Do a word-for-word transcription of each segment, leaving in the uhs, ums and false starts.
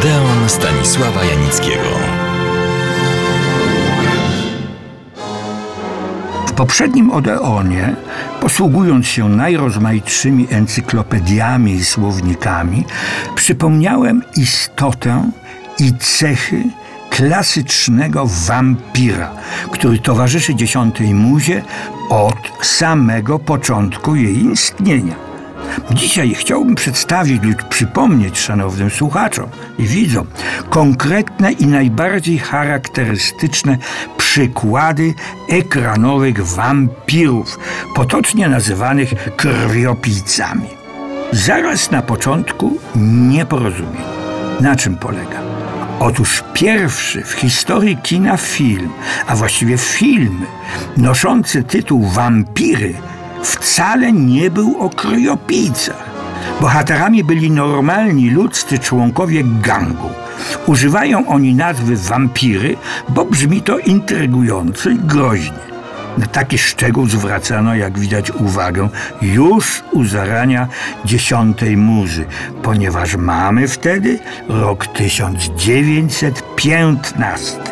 Odeon Stanisława Janickiego. W poprzednim Odeonie, posługując się najrozmaitszymi encyklopediami i słownikami, przypomniałem istotę i cechy klasycznego wampira, który towarzyszy dziesiątej muzie od samego początku jej istnienia. Dzisiaj chciałbym przedstawić lub przypomnieć szanownym słuchaczom i widzom konkretne i najbardziej charakterystyczne przykłady ekranowych wampirów, potocznie nazywanych krwiopijcami. Zaraz na początku nieporozumień. Na czym polega? Otóż pierwszy w historii kina film, a właściwie filmy, noszący tytuł Wampiry, wcale nie był o krwiopijcach. Bohaterami byli normalni ludzcy członkowie gangu. Używają oni nazwy wampiry, bo brzmi to intrygująco i groźnie. Na taki szczegół zwracano, jak widać, uwagę już u zarania dziesiątej muzy, ponieważ mamy wtedy rok tysiąc dziewięćset piętnasty.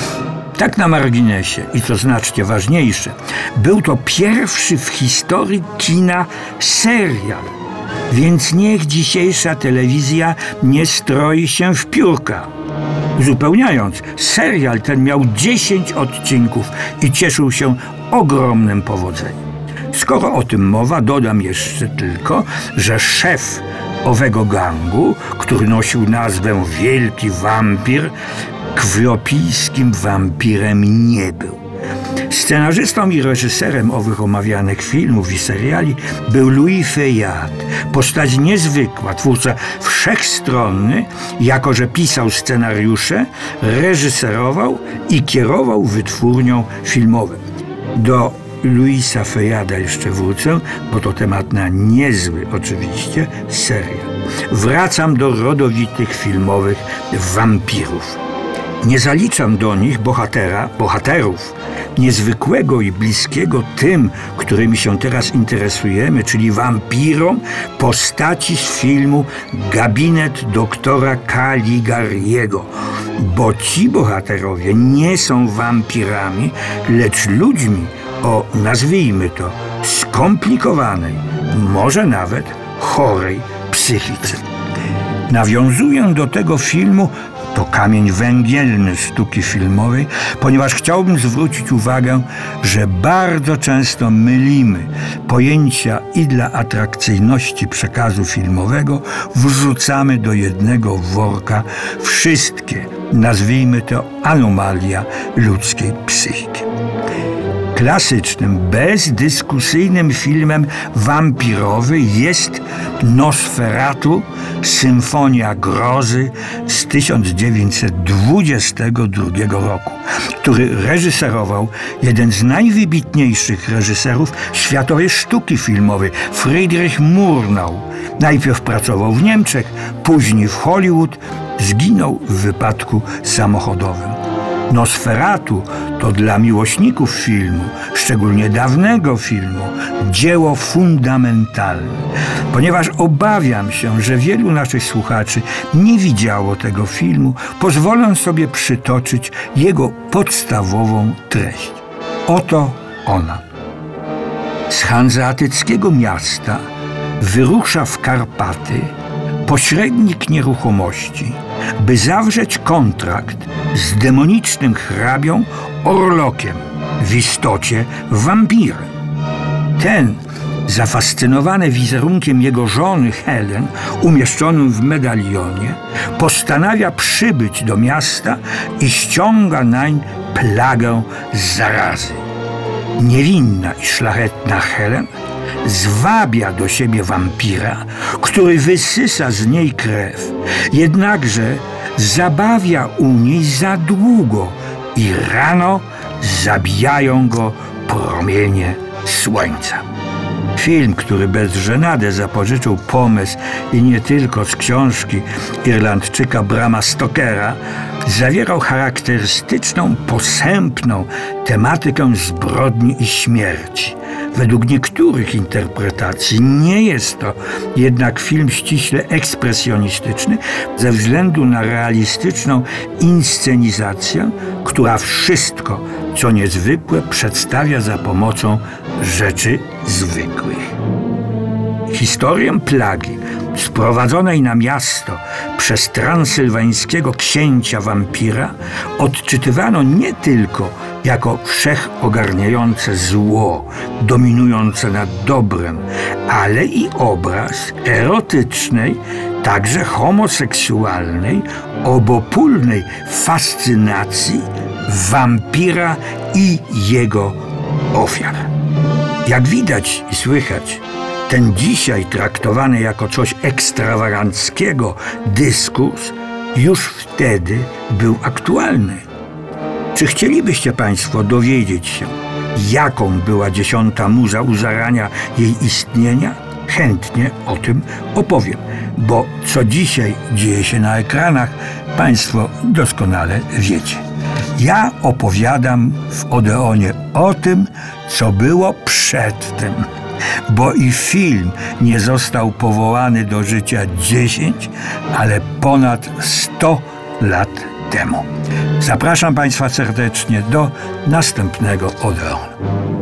Tak na marginesie i co znacznie ważniejsze, był to pierwszy w historii kina serial, więc niech dzisiejsza telewizja nie stroi się w piórka. Uzupełniając, serial ten miał dziesięć odcinków i cieszył się ogromnym powodzeniem. Skoro o tym mowa, dodam jeszcze tylko, że szef owego gangu, który nosił nazwę Wielki Wampir, krwiopijskim wampirem nie był. Scenarzystą i reżyserem owych omawianych filmów i seriali był Louis Feuillade. Postać niezwykła, twórca wszechstronny, jako że pisał scenariusze, reżyserował i kierował wytwórnią filmową. Do Louisa Feuillada jeszcze wrócę, bo to temat na niezły oczywiście serial. Wracam do rodowitych filmowych wampirów. Nie zaliczam do nich bohatera, bohaterów niezwykłego i bliskiego tym, którymi się teraz interesujemy, czyli wampirom, postaci z filmu Gabinet doktora Caligariego, bo ci bohaterowie nie są wampirami, lecz ludźmi o, nazwijmy to, skomplikowanej, może nawet chorej psychice. Nawiązuję do tego filmu, to kamień węgielny sztuki filmowej, ponieważ chciałbym zwrócić uwagę, że bardzo często mylimy pojęcia i dla atrakcyjności przekazu filmowego wrzucamy do jednego worka wszystkie, nazwijmy to, anomalia ludzkiej psychiki. Klasycznym, bezdyskusyjnym filmem wampirowy jest Nosferatu, Symfonia Grozy z tysiąc dziewięćset dwudziestego drugiego roku, który reżyserował jeden z najwybitniejszych reżyserów światowej sztuki filmowej, Friedrich Murnau. Najpierw pracował w Niemczech, później w Hollywood, zginął w wypadku samochodowym. Nosferatu to dla miłośników filmu, szczególnie dawnego filmu, dzieło fundamentalne. Ponieważ obawiam się, że wielu naszych słuchaczy nie widziało tego filmu, pozwolę sobie przytoczyć jego podstawową treść. Oto ona. Z hanzeatyckiego miasta wyrusza w Karpaty pośrednik nieruchomości, by zawrzeć kontrakt z demonicznym hrabią Orlokiem, w istocie wampirem. Ten, zafascynowany wizerunkiem jego żony Helen, umieszczonym w medalionie, postanawia przybyć do miasta i ściąga nań plagę zarazy. Niewinna i szlachetna Helen zwabia do siebie wampira, który wysysa z niej krew, jednakże zabawia u niej za długo i rano zabijają go promienie słońca. Film, który bez żenady zapożyczył pomysł i nie tylko z książki Irlandczyka Brama Stokera, zawierał charakterystyczną, posępną tematykę zbrodni i śmierci. Według niektórych interpretacji nie jest to jednak film ściśle ekspresjonistyczny ze względu na realistyczną inscenizację, która wszystko, co niezwykłe, przedstawia za pomocą rzeczy zwykłych. Historię plagi sprowadzonej na miasto przez transylwańskiego księcia wampira odczytywano nie tylko jako wszechogarniające zło dominujące nad dobrem, ale i obraz erotycznej, także homoseksualnej, obopólnej fascynacji wampira i jego ofiar. Jak widać i słychać, ten dzisiaj traktowany jako coś ekstrawaganckiego dyskurs już wtedy był aktualny. Czy chcielibyście Państwo dowiedzieć się, jaką była dziesiąta muza u zarania jej istnienia? Chętnie o tym opowiem, bo co dzisiaj dzieje się na ekranach, Państwo doskonale wiecie. Ja opowiadam w Odeonie o tym, co było przedtem, bo i film nie został powołany do życia dziesięć, ale ponad sto lat temu. Zapraszam Państwa serdecznie do następnego Odeonu.